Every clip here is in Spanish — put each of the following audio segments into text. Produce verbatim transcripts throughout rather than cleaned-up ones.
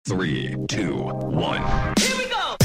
Three, two, one. Here we go.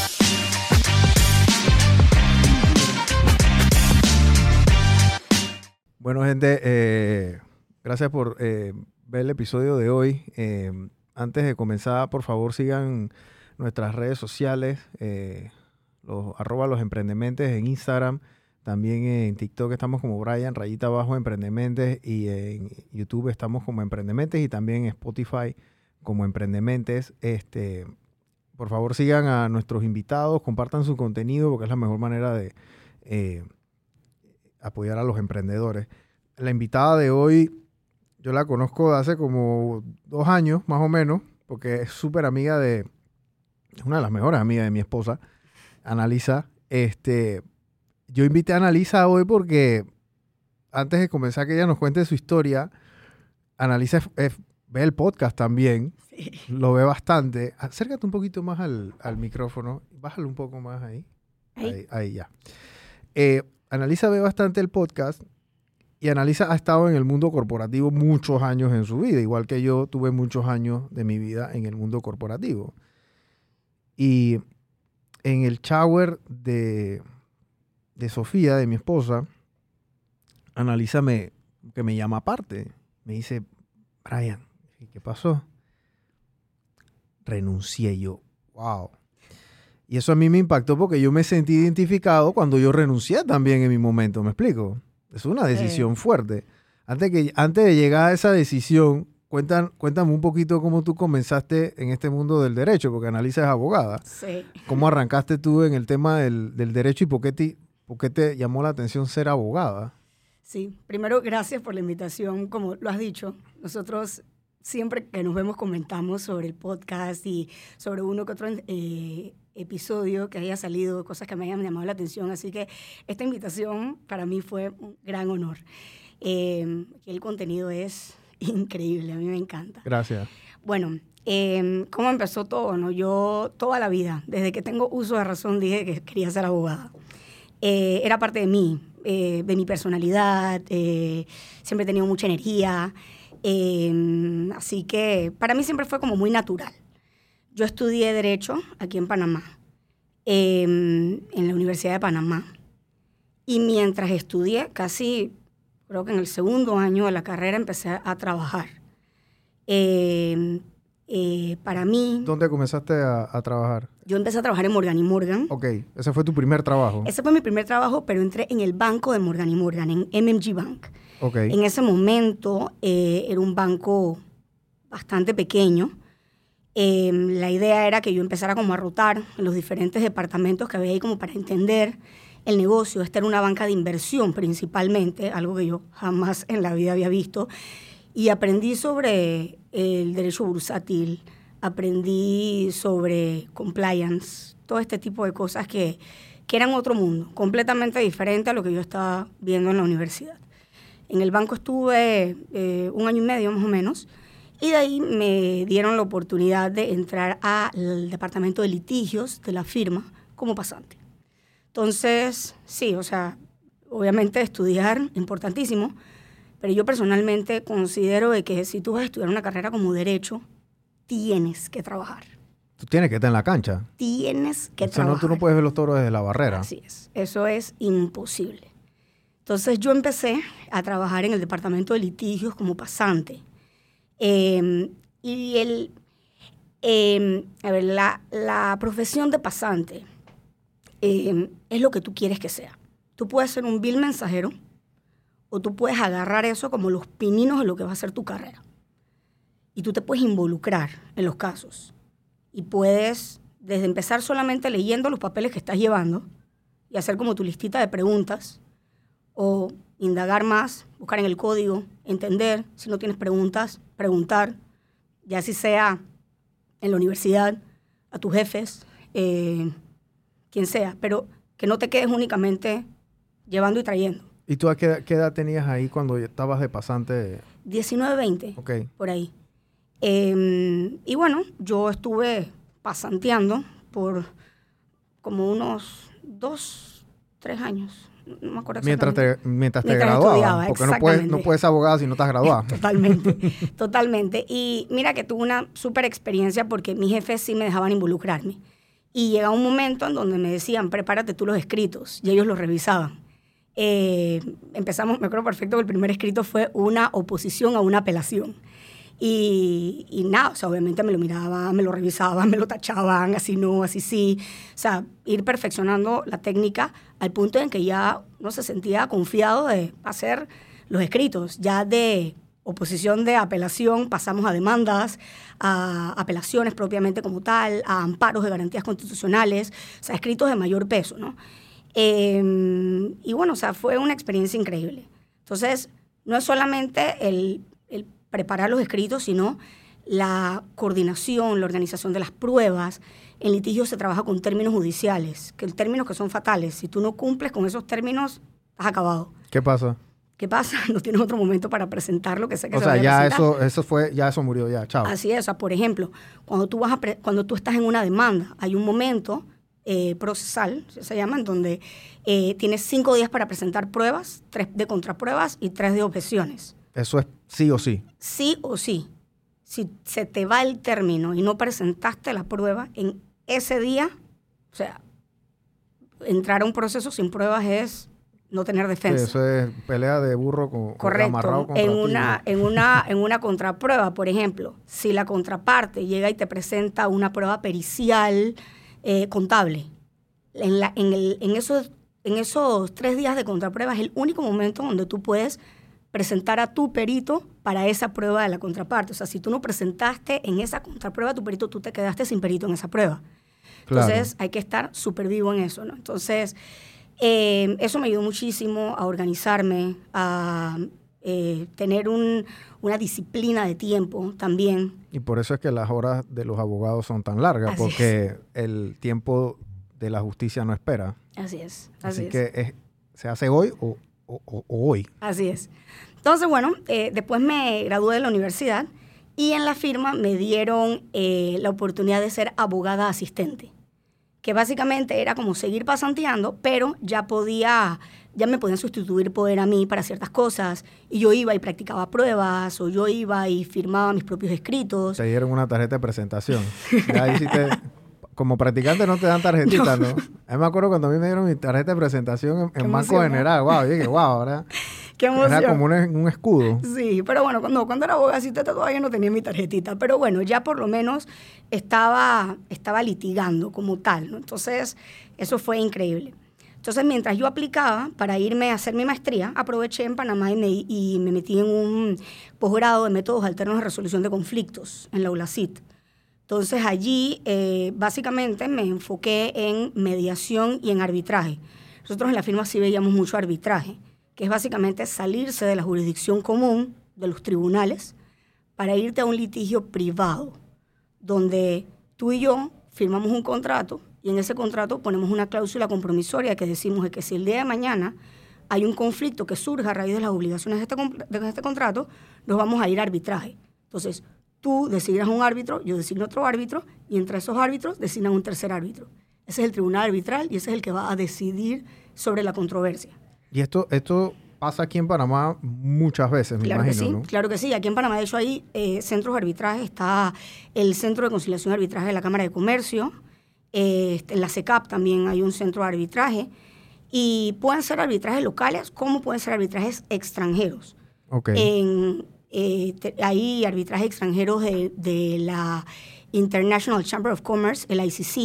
Bueno, gente, eh, gracias por eh, ver el episodio de hoy. Eh, antes de comenzar, por favor, sigan nuestras redes sociales, eh, los arroba los emprendementes en Instagram. También en TikTok estamos como Brian, rayita abajo, Emprendementes. Y en YouTube estamos como Emprendementes y también en Spotify como Emprendementes. Este, por favor, sigan a nuestros invitados, compartan su contenido porque es la mejor manera de eh, apoyar a los emprendedores. La invitada de hoy, yo la conozco de hace como dos años, más o menos, porque es súper amiga de, es una de las mejores amigas de mi esposa, Analisa. Este, yo invité a Analisa hoy porque antes de comenzar que ella nos cuente su historia, Analisa es, es, ve el podcast también, sí. Lo ve bastante. Acércate un poquito más al, al micrófono, bájalo un poco más ahí. Ahí, ahí, ahí ya. Eh, Analisa ve bastante el podcast y Analisa ha estado en el mundo corporativo muchos años en su vida, igual que yo tuve muchos años de mi vida en el mundo corporativo. Y en el shower de, de Sofía, de mi esposa, Analisa me, que me llama aparte. Me dice, Brian, ¿qué pasó? Renuncié. Yo, wow. Y eso a mí me impactó porque yo me sentí identificado cuando yo renuncié también en mi momento, ¿me explico? Es una decisión eh. fuerte. Antes, que, antes de llegar a esa decisión, cuentan, cuéntame un poquito cómo tú comenzaste en este mundo del derecho, porque Analisa es abogada. Sí. ¿Cómo arrancaste tú en el tema del, del derecho y por qué, te, por qué te llamó la atención ser abogada? Sí, primero gracias por la invitación. Como lo has dicho, nosotros siempre que nos vemos comentamos sobre el podcast y sobre uno que otro eh, episodio que haya salido, cosas que me hayan llamado la atención. Así que esta invitación para mí fue un gran honor. Eh, el contenido es increíble, a mí me encanta. Gracias. Bueno, eh, ¿cómo empezó todo? ¿No? Yo toda la vida, desde que tengo uso de razón, dije que quería ser abogada. Eh, era parte de mí, eh, de mi personalidad, eh, siempre he tenido mucha energía. Eh, así que para mí siempre fue como muy natural. Yo estudié Derecho aquí en Panamá, eh, en la Universidad de Panamá. Y mientras estudié, casi creo que en el segundo año de la carrera empecé a trabajar. Eh, eh, para mí... ¿Dónde comenzaste a, a trabajar? Yo empecé a trabajar en Morgan y Morgan. Ok, ese fue tu primer trabajo. Ese fue mi primer trabajo, pero entré en el banco de Morgan y Morgan, en M M G Bank. Okay. En ese momento eh, era un banco bastante pequeño. Eh, la idea era que yo empezara como a rotar en los diferentes departamentos que había ahí como para entender el negocio. Esta era una banca de inversión principalmente, algo que yo jamás en la vida había visto. Y aprendí sobre el derecho bursátil, aprendí sobre compliance, todo este tipo de cosas que, que eran otro mundo, completamente diferente a lo que yo estaba viendo en la universidad. En el banco estuve eh, un año y medio más o menos, y de ahí me dieron la oportunidad de entrar al departamento de litigios de la firma como pasante. Entonces, sí, o sea, obviamente estudiar, importantísimo, pero yo personalmente considero de que si tú vas a estudiar una carrera como derecho, tienes que trabajar. Tú tienes que estar en la cancha. Tienes que o sea, trabajar. No, tú no puedes ver los toros desde la barrera. Así es, eso es imposible. Entonces yo empecé a trabajar en el departamento de litigios como pasante. Eh, y el, eh, a ver, la, la profesión de pasante eh, es lo que tú quieres que sea. Tú puedes ser un vil mensajero o tú puedes agarrar eso como los pininos de lo que va a ser tu carrera. Y tú te puedes involucrar en los casos. Y puedes, desde empezar solamente leyendo los papeles que estás llevando y hacer como tu listita de preguntas, o indagar más, buscar en el código, entender. Si no tienes preguntas, preguntar, ya si sea en la universidad, a tus jefes, eh, quien sea, pero que no te quedes únicamente llevando y trayendo. ¿Y tú a qué, qué edad tenías ahí cuando estabas de pasante? diecinueve, veinte, okay. Por ahí. Eh, y bueno, yo estuve pasanteando por como unos dos, tres años. no me acuerdo Mientras exactamente. te, mientras te Mientras graduabas, estudiaba, porque no puedes, no exactamente. puedes ser abogada si no estás graduada. Totalmente, totalmente. Y mira que tuve una súper experiencia porque mis jefes sí me dejaban involucrarme. Y llegaba un momento en donde me decían, prepárate tú los escritos, y ellos los revisaban. Eh, empezamos, me acuerdo perfecto que el primer escrito fue una oposición a una apelación. Y, y nada, o sea, obviamente me lo miraban, me lo revisaban, me lo tachaban, así no, así sí. O sea, ir perfeccionando la técnica al punto en que ya uno se sentía confiado de hacer los escritos. Ya de oposición de apelación pasamos a demandas, a apelaciones propiamente como tal, a amparos de garantías constitucionales, o sea, escritos de mayor peso, ¿no? Eh, y bueno, o sea, fue una experiencia increíble. Entonces, no es solamente el, el preparar los escritos, sino la coordinación, la organización de las pruebas. En litigio se trabaja con términos judiciales, que términos que son fatales. Si tú no cumples con esos términos, estás acabado. ¿Qué pasa? ¿Qué pasa? No tienes otro momento para presentar lo que sea que o se sea, vaya a ya presentar. eso, eso fue, ya eso murió, ya, chao. Así es. O sea, por ejemplo, cuando tú, vas a pre- cuando tú estás en una demanda, hay un momento eh, procesal, se llama, en donde eh, tienes cinco días para presentar pruebas, tres de contrapruebas y tres de objeciones. Eso es sí o sí. Sí o sí. Si se te va el término y no presentaste la prueba en ese día, o sea, entrar a un proceso sin pruebas es no tener Sí, defensa. eso es pelea de burro con, Correcto. amarrado contra En tigre. una, en, una, en una contraprueba, por ejemplo, si la contraparte llega y te presenta una prueba pericial eh, contable, en, la, en, el, en, esos, en esos tres días de contraprueba es el único momento donde tú puedes presentar a tu perito para esa prueba de la contraparte. O sea, si tú no presentaste en esa contraprueba a tu perito, tú te quedaste sin perito en esa prueba. Claro. Entonces, hay que estar súper vivo en eso, ¿no? Entonces, eh, eso me ayudó muchísimo a organizarme, a eh, tener un, una disciplina de tiempo también. Y por eso es que las horas de los abogados son tan largas, Así porque el tiempo de la justicia no espera. Así es. Así Así, es. que es, se hace hoy o, o, o- o hoy. Así es. Entonces, bueno, eh, después me gradué de la universidad y en la firma me dieron eh, la oportunidad de ser abogada asistente, que básicamente era como seguir pasanteando, pero ya podía, ya me podían sustituir poder a mí para ciertas cosas, y yo iba y practicaba pruebas, o yo iba y firmaba mis propios escritos. Te dieron una tarjeta de presentación. Ya ahí sí te- como practicante no te dan tarjetita, ¿no? A mí me acuerdo cuando a mí me dieron mi tarjeta de presentación en, Qué en Banco emoción, ¿no? General. Wow, yo dije, wow, ahora ¡Qué emoción! era como un, un escudo. Sí, pero bueno, cuando, cuando era abogada asistente todavía no tenía mi tarjetita, pero bueno, ya por lo menos estaba, estaba litigando como tal, ¿no? Entonces, eso fue increíble. Entonces, mientras yo aplicaba para irme a hacer mi maestría, aproveché en Panamá y me, y me metí en un posgrado de métodos alternos de resolución de conflictos en la U L A C I T. Entonces, allí eh, básicamente me enfoqué en mediación y en arbitraje. Nosotros en la firma sí veíamos mucho arbitraje, que es básicamente salirse de la jurisdicción común de los tribunales para irte a un litigio privado, donde tú y yo firmamos un contrato y en ese contrato ponemos una cláusula compromisoria que decimos de que si el día de mañana hay un conflicto que surja a raíz de las obligaciones de este, de este contrato, nos vamos a ir a arbitraje. Entonces, tú designas un árbitro, yo designo otro árbitro, y entre esos árbitros designan un tercer árbitro. Ese es el tribunal arbitral y ese es el que va a decidir sobre la controversia. Y esto, esto pasa aquí en Panamá muchas veces, me Claro que imagino, sí, ¿no? claro que sí. Aquí en Panamá, de hecho, hay eh, centros de arbitraje. Está el Centro de Conciliación y Arbitraje de la Cámara de Comercio. Eh, en la CECAP también hay un centro de arbitraje. Y pueden ser arbitrajes locales como pueden ser arbitrajes extranjeros. Ok. En, eh, te- hay arbitrajes extranjeros de, de la International Chamber of Commerce, el I C C,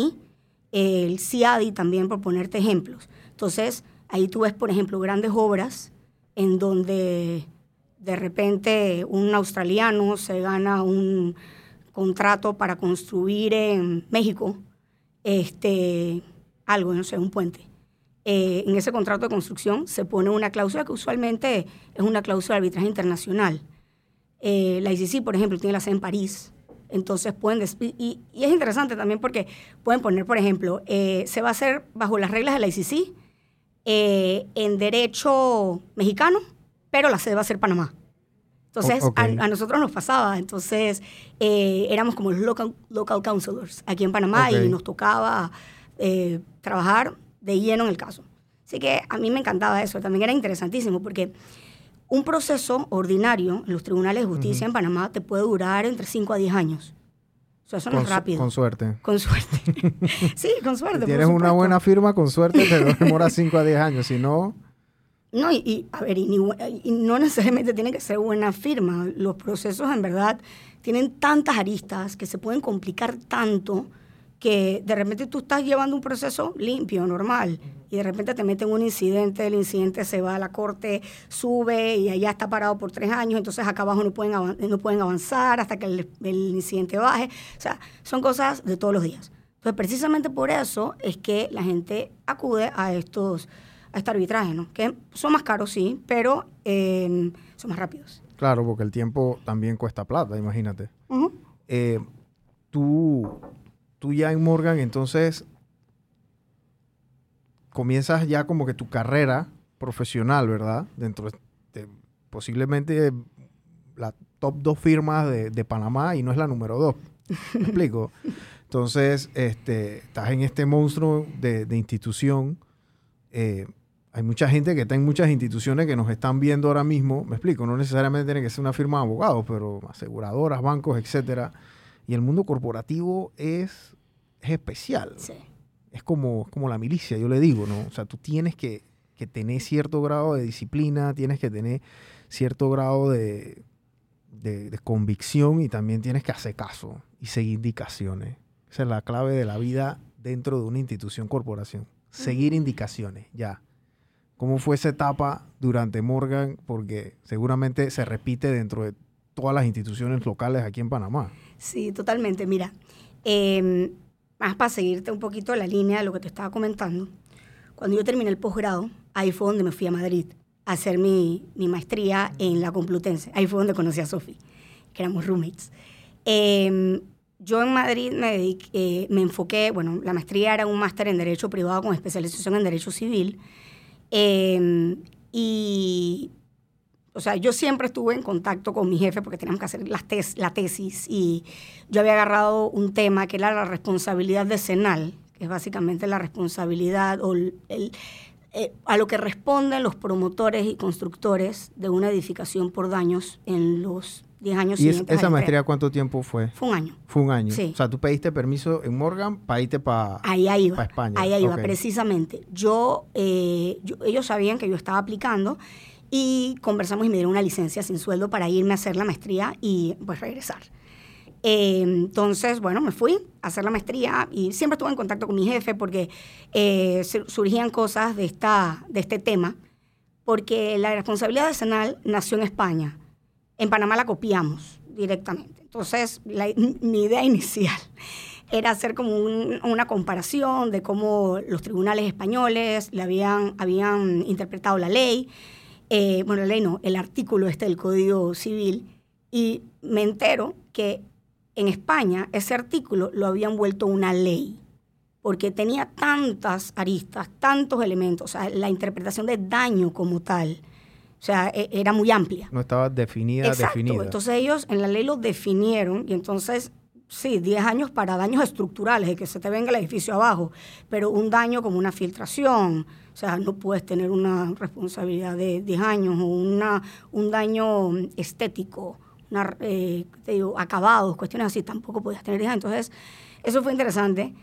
el C I A D I también, por ponerte ejemplos. Entonces, ahí tú ves, por ejemplo, grandes obras en donde de repente un australiano se gana un contrato para construir en México este, algo, no sé, un puente. Eh, en ese contrato de construcción se pone una cláusula que usualmente es una cláusula de arbitraje internacional. Eh, la I C C, por ejemplo, tiene la sede en París. Entonces pueden... despi- Y, y es interesante también porque pueden poner, por ejemplo, eh, se va a hacer bajo las reglas de la I C C eh, en derecho mexicano, pero la sede va a ser Panamá. Entonces, O- ok. a, a nosotros nos pasaba. Entonces, eh, éramos como los local, local counselors aquí en Panamá Ok. y nos tocaba eh, trabajar de lleno en el caso. Así que a mí me encantaba eso, también era interesantísimo porque un proceso ordinario en los tribunales de justicia uh-huh. en Panamá te puede durar entre cinco a diez años. O sea, eso no con es rápido. Con suerte. Con suerte. Sí, con suerte. Si tienes una buena firma, con suerte te demora cinco a diez años, si no... No, y, y a ver, y, ni, y no necesariamente tiene que ser buena firma. Los procesos, en verdad, tienen tantas aristas que se pueden complicar tanto que de repente tú estás llevando un proceso limpio, normal, y de repente te meten un incidente, el incidente se va a la corte, sube y allá está parado por tres años, entonces acá abajo no pueden, av- no pueden avanzar hasta que el, el incidente baje. O sea, son cosas de todos los días. Entonces, precisamente por eso es que la gente acude a estos, a este arbitraje, ¿no? Que son más caros, sí, pero eh, son más rápidos. Claro, porque el tiempo también cuesta plata, imagínate. Uh-huh. Eh, tú... Tú ya en Morgan, entonces, comienzas ya como que tu carrera profesional, ¿verdad? Dentro de posiblemente la top dos firmas de, de Panamá y no es la número dos. ¿Me explico? Entonces, este, estás en este monstruo de, de institución. Eh, hay mucha gente que está en muchas instituciones que nos están viendo ahora mismo. ¿Me explico? No necesariamente tiene que ser una firma de abogados, pero aseguradoras, bancos, etcétera. Y el mundo corporativo es, es especial. Sí. Es como, como la milicia, yo le digo, ¿no? O sea, tú tienes que, que tener cierto grado de disciplina, tienes que tener cierto grado de, de, de convicción y también tienes que hacer caso y seguir indicaciones. Esa es la clave de la vida dentro de una institución corporación. Seguir indicaciones, ya. ¿Cómo fue esa etapa durante Morgan? Porque seguramente se repite dentro de todas las instituciones locales aquí en Panamá. Sí, totalmente. Mira, eh, más para seguirte un poquito la línea de lo que te estaba comentando, cuando yo terminé el posgrado, ahí fue donde me fui a Madrid a hacer mi, mi maestría en la Complutense. Ahí fue donde conocí a Sofi, que éramos roommates. Eh, yo en Madrid me, dediqué, eh, me enfoqué, bueno, la maestría era un máster en Derecho Privado con especialización en Derecho Civil. Eh, y... O sea, yo siempre estuve en contacto con mi jefe porque teníamos que hacer las tes- la tesis y yo había agarrado un tema que era la responsabilidad decenal, que es básicamente la responsabilidad o el, el, eh, a lo que responden los promotores y constructores de una edificación por daños en los diez años ¿Y siguientes. es, esa maestría cuánto tiempo fue? Fue un año. Fue un año. Sí. O sea, tú pediste permiso en Morgan para irte para España. Ahí iba, okay. precisamente. Yo, eh, yo, ellos sabían que yo estaba aplicando y conversamos y me dieron una licencia sin sueldo para irme a hacer la maestría y pues regresar. Eh, entonces, bueno, me fui a hacer la maestría y siempre estuve en contacto con mi jefe porque eh, surgían cosas de, esta, de este tema, porque la responsabilidad decenal nació en España. En Panamá la copiamos directamente. Entonces, la, mi idea inicial era hacer como un, una comparación de cómo los tribunales españoles le habían, habían interpretado la ley. Eh, bueno, la ley no, el artículo este del Código Civil, y me entero que en España ese artículo lo habían vuelto una ley, porque tenía tantas aristas, tantos elementos, o sea, la interpretación de daño como tal, o sea, e- era muy amplia. No estaba definida, Exacto. definida. Entonces ellos en la ley lo definieron y entonces, sí, diez años para daños estructurales, de que se te venga el edificio abajo, pero un daño como una filtración, o sea, no puedes tener una responsabilidad de diez años o una, un daño estético, una, eh, te digo, acabados, cuestiones así, tampoco podías tener diez años. Entonces, eso fue interesante.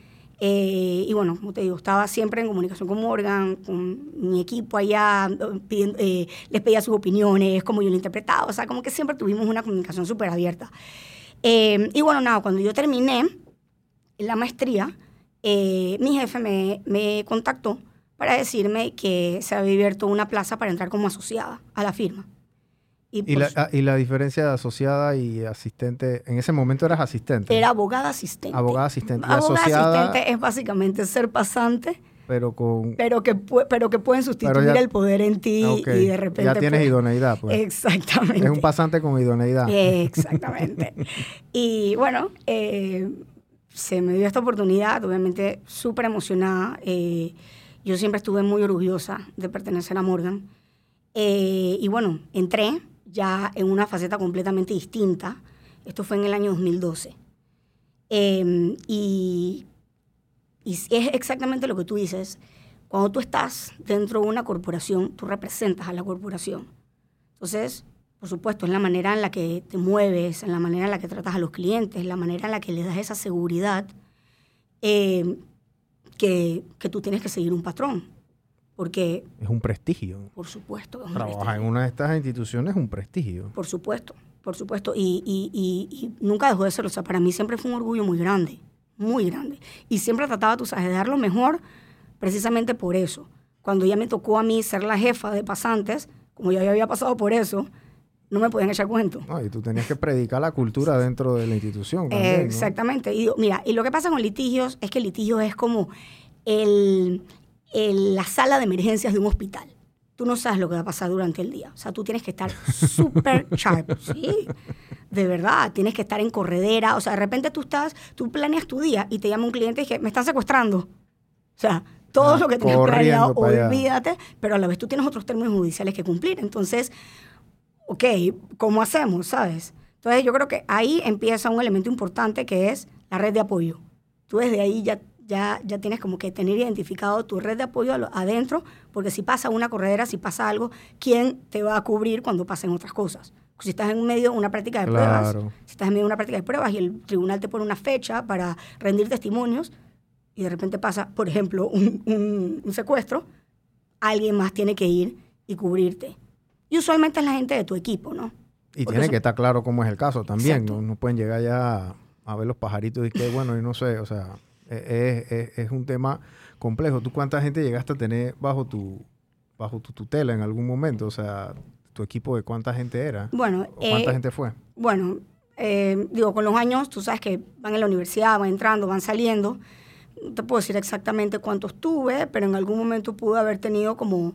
Eh, y bueno, como te digo, estaba siempre en comunicación con Morgan, con mi equipo allá, pidiendo, eh, les pedía sus opiniones, cómo yo lo interpretaba, o sea, como que siempre tuvimos una comunicación súper abierta. Eh, y bueno, nada, cuando yo terminé la maestría, eh, mi jefe me, me contactó para decirme que se había abierto una plaza para entrar como asociada a la firma. Y, ¿Y, la, su... ¿Y la diferencia de asociada y asistente? En ese momento eras asistente. Era abogada asistente. Abogada asistente. Abogada asociada, asistente es básicamente ser pasante, pero con pero que, pero que pueden sustituir ya, el poder en ti okay. y de repente... Ya tienes pues, idoneidad, pues. Exactamente. Es un pasante con idoneidad. Exactamente. Y bueno, eh, se me dio esta oportunidad, obviamente súper emocionada. Eh, yo siempre estuve muy orgullosa de pertenecer a Morgan. Eh, y bueno, entré ya en una faceta completamente distinta. Esto fue en el año dos mil doce. Eh, y, y es exactamente lo que tú dices. cuando tú estás dentro de una corporación, tú representas a la corporación. Entonces, por supuesto, es la manera en la que te mueves, en la manera en la que tratas a los clientes, la manera en la que les das esa seguridad eh, que, que tú tienes que seguir un patrón. Porque... Es un prestigio. Por supuesto. Es un Trabajar prestigio. en una de estas instituciones es un prestigio. Por supuesto, por supuesto. Y, y, y, y nunca dejó de serlo. O sea, para mí siempre fue un orgullo muy grande, muy grande. Y siempre trataba, tú sabes, de dar lo mejor precisamente por eso. Cuando ya me tocó a mí ser la jefa de pasantes, como yo ya había pasado por eso, no me podían echar cuento. No, y tú tenías que predicar la cultura dentro de la institución también, Eh, ¿no? exactamente. Y, mira, y lo que pasa con litigios es que litigios es como el, el, la sala de emergencias de un hospital. Tú no sabes lo que va a pasar durante el día. O sea, tú tienes que estar súper sharp, ¿sí? De verdad, tienes que estar en corredera. O sea, de repente tú estás, tú planeas tu día y te llama un cliente y dice, me están secuestrando. O sea, todo Ah, lo que tenías corriendo planeado, para allá. olvídate, pero a la vez tú tienes otros términos judiciales que cumplir. Entonces, ok, ¿cómo hacemos, sabes? Entonces, yo creo que ahí empieza un elemento importante que es la red de apoyo. Tú desde ahí ya, ya, ya tienes como que tener identificado tu red de apoyo adentro, porque si pasa una corredera, si pasa algo, ¿quién te va a cubrir cuando pasen otras cosas? Si estás en medio de una práctica de Claro. pruebas, si estás en medio de una práctica de pruebas y el tribunal te pone una fecha para rendir testimonios, y de repente pasa, por ejemplo, un, un, un secuestro, alguien más tiene que ir y cubrirte. Y usualmente es la gente de tu equipo, ¿no? Y Porque tiene eso- que estar claro cómo es el caso también, Exacto. ¿no? No pueden llegar ya a, a ver los pajaritos y que, bueno, yo no sé, o sea, es, es, es un tema complejo. ¿Tú cuánta gente llegaste a tener bajo tu, bajo tu tutela en algún momento? O sea, ¿tu equipo de cuánta gente era? Bueno, ¿O ¿Cuánta eh, gente fue? Bueno, eh, digo, con los años, tú sabes que van en la universidad, van entrando, van saliendo. No te puedo decir exactamente cuántos tuve, pero en algún momento pude haber tenido como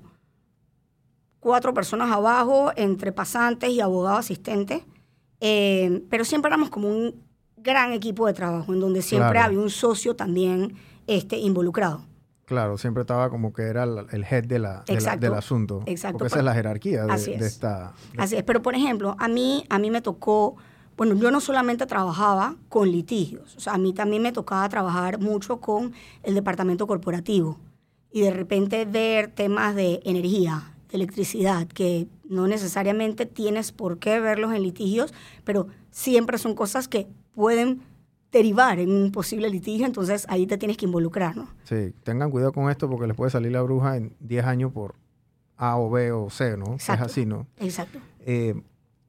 cuatro personas abajo, entre pasantes y abogado asistente. Eh, pero siempre éramos como un gran equipo de trabajo, en donde siempre Claro. había un socio también este, involucrado. Claro, siempre estaba como que era el el head de la, de la- Exacto, del asunto. exacto. Porque esa es la jerarquía de, Así es. de esta... de- Así es, pero por ejemplo, a mí, a mí me tocó, bueno, yo no solamente trabajaba con litigios, o sea, a mí también me tocaba trabajar mucho con el departamento corporativo y de repente ver temas de energía, de electricidad, que no necesariamente tienes por qué verlos en litigios, pero siempre son cosas que pueden derivar en un posible litigio, entonces ahí te tienes que involucrar, ¿no? Sí, tengan cuidado con esto porque les puede salir la bruja en diez años por A o B o C, ¿no? Exacto. Es así, ¿no? Exacto. Eh,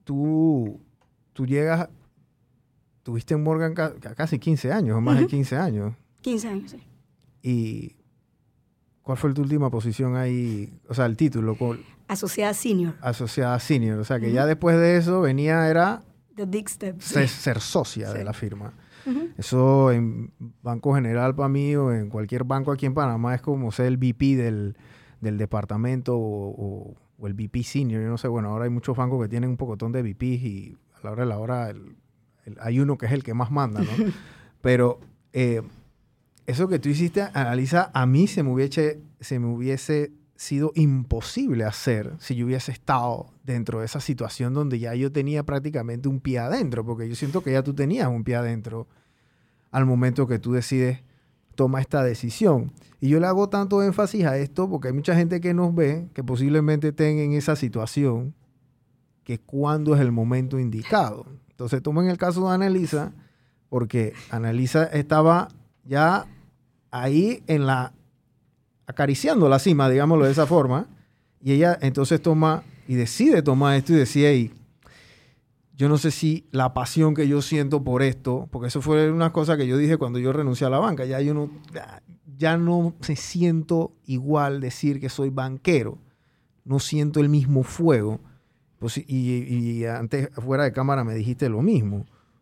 tú, tú llegas, tuviste en Morgan ca- ca- casi quince años, o más de Ujú. quince años. quince años, sí. ¿Y cuál fue tu última posición ahí? O sea, el título, con- Asociada senior, asociada senior. O sea, que Ujú. ya después de eso venía, era the big step. ser, ser socia Sí. de la firma. Ujú. Eso en Banco General para mí o en cualquier banco aquí en Panamá es como ser el V P del, del departamento o, o- o el V P senior. Yo no sé, bueno, ahora hay muchos bancos que tienen un pocotón de V Ps y a la hora de la hora el- el- hay uno que es el que más manda, ¿no? Pero eh, eso que tú hiciste, Analiza, a mí se me hubiese, se me hubiese sido imposible hacer si yo hubiese estado dentro de esa situación donde ya yo tenía prácticamente un pie adentro, porque yo siento que ya tú tenías un pie adentro al momento que tú decides toma esta decisión. Y yo le hago tanto énfasis a esto porque hay mucha gente que nos ve que posiblemente estén en esa situación, que cuándo es el momento indicado. Entonces tomen el caso de Analiza, porque Analiza estaba ya ahí en la acariciando la cima, digámoslo de esa forma, y ella entonces toma y decide tomar esto y decía, hey, yo no sé si la pasión que yo siento por esto, porque eso fue una cosa que yo dije cuando yo renuncié a la banca, ya yo no, ya no me siento igual decir que soy banquero, no siento el mismo fuego, pues, y, y antes fuera de cámara me dijiste lo mismo.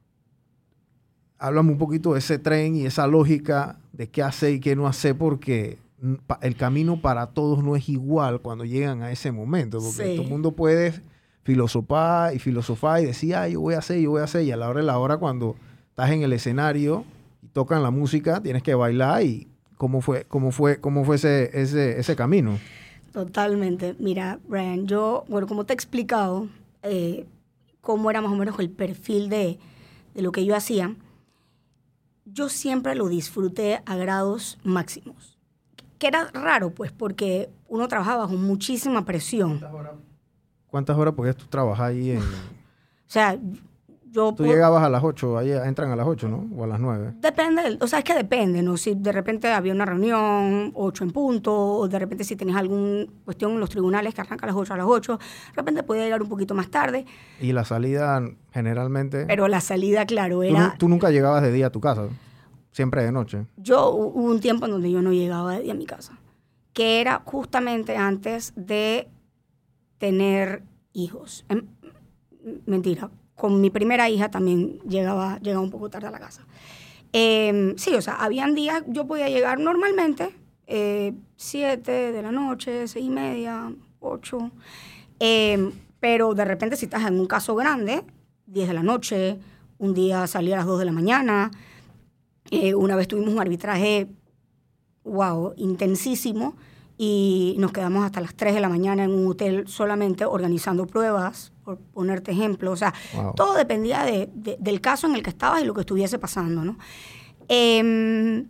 Háblame un poquito de ese tren y esa lógica de qué hacer y qué no hacer, porque el camino para todos no es igual cuando llegan a ese momento, porque Sí. todo el mundo puede filosofar y filosofar y decir, ah, yo voy a hacer, yo voy a hacer, y a la hora de la hora cuando estás en el escenario y tocan la música, tienes que bailar. Y cómo fue, cómo fue, cómo fue ese, ese, ese camino. Totalmente. Mira, Brian, yo, bueno, como te he explicado, eh, cómo era más o menos el perfil de, de lo que yo hacía, yo siempre lo disfruté a grados máximos. que era raro, pues, porque uno trabajaba bajo muchísima presión. ¿Cuántas horas, ¿Cuántas horas podías tú trabajar ahí en...? O sea, yo... Tú llegabas a las ocho, ahí entran a las ocho, ¿no? O a las nueve. Depende, o sea, es que depende, ¿no? Si de repente había una reunión, ocho en punto, o de repente si tenías alguna cuestión en los tribunales que arranca a las ocho a las ocho, de repente podía llegar un poquito más tarde. Y la salida generalmente... Pero la salida, claro, Tú, era... nu- tú nunca llegabas de día a tu casa, siempre de noche. Yo hu- hubo un tiempo en donde yo no llegaba de día a mi casa, que era justamente antes de tener hijos. Em, mentira, con mi primera hija también llegaba, llegaba un poco tarde a la casa. Eh, sí, o sea, habían días, yo podía llegar normalmente, eh, siete de la noche, seis y media, ocho, eh, pero de repente si estás en un caso grande, diez de la noche, un día salí a las dos de la mañana, eh, una vez tuvimos un arbitraje, wow, intensísimo, y nos quedamos hasta las tres de la mañana en un hotel solamente organizando pruebas, por ponerte ejemplo. O sea, Wow. todo dependía de, de, del caso en el que estabas y lo que estuviese pasando, ¿no? Eh,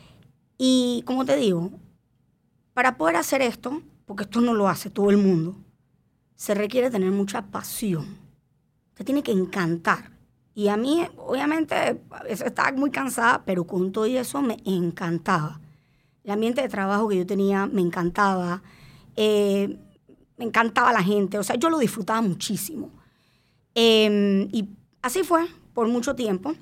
y como te digo, para poder hacer esto, porque esto no lo hace todo el mundo, se requiere tener mucha pasión. Te tiene que encantar. Y a mí, obviamente, a veces estaba muy cansada, pero con todo y eso me encantaba. El ambiente de trabajo que yo tenía me encantaba, eh, me encantaba la gente, o sea, yo lo disfrutaba muchísimo. Eh, y así fue por mucho tiempo.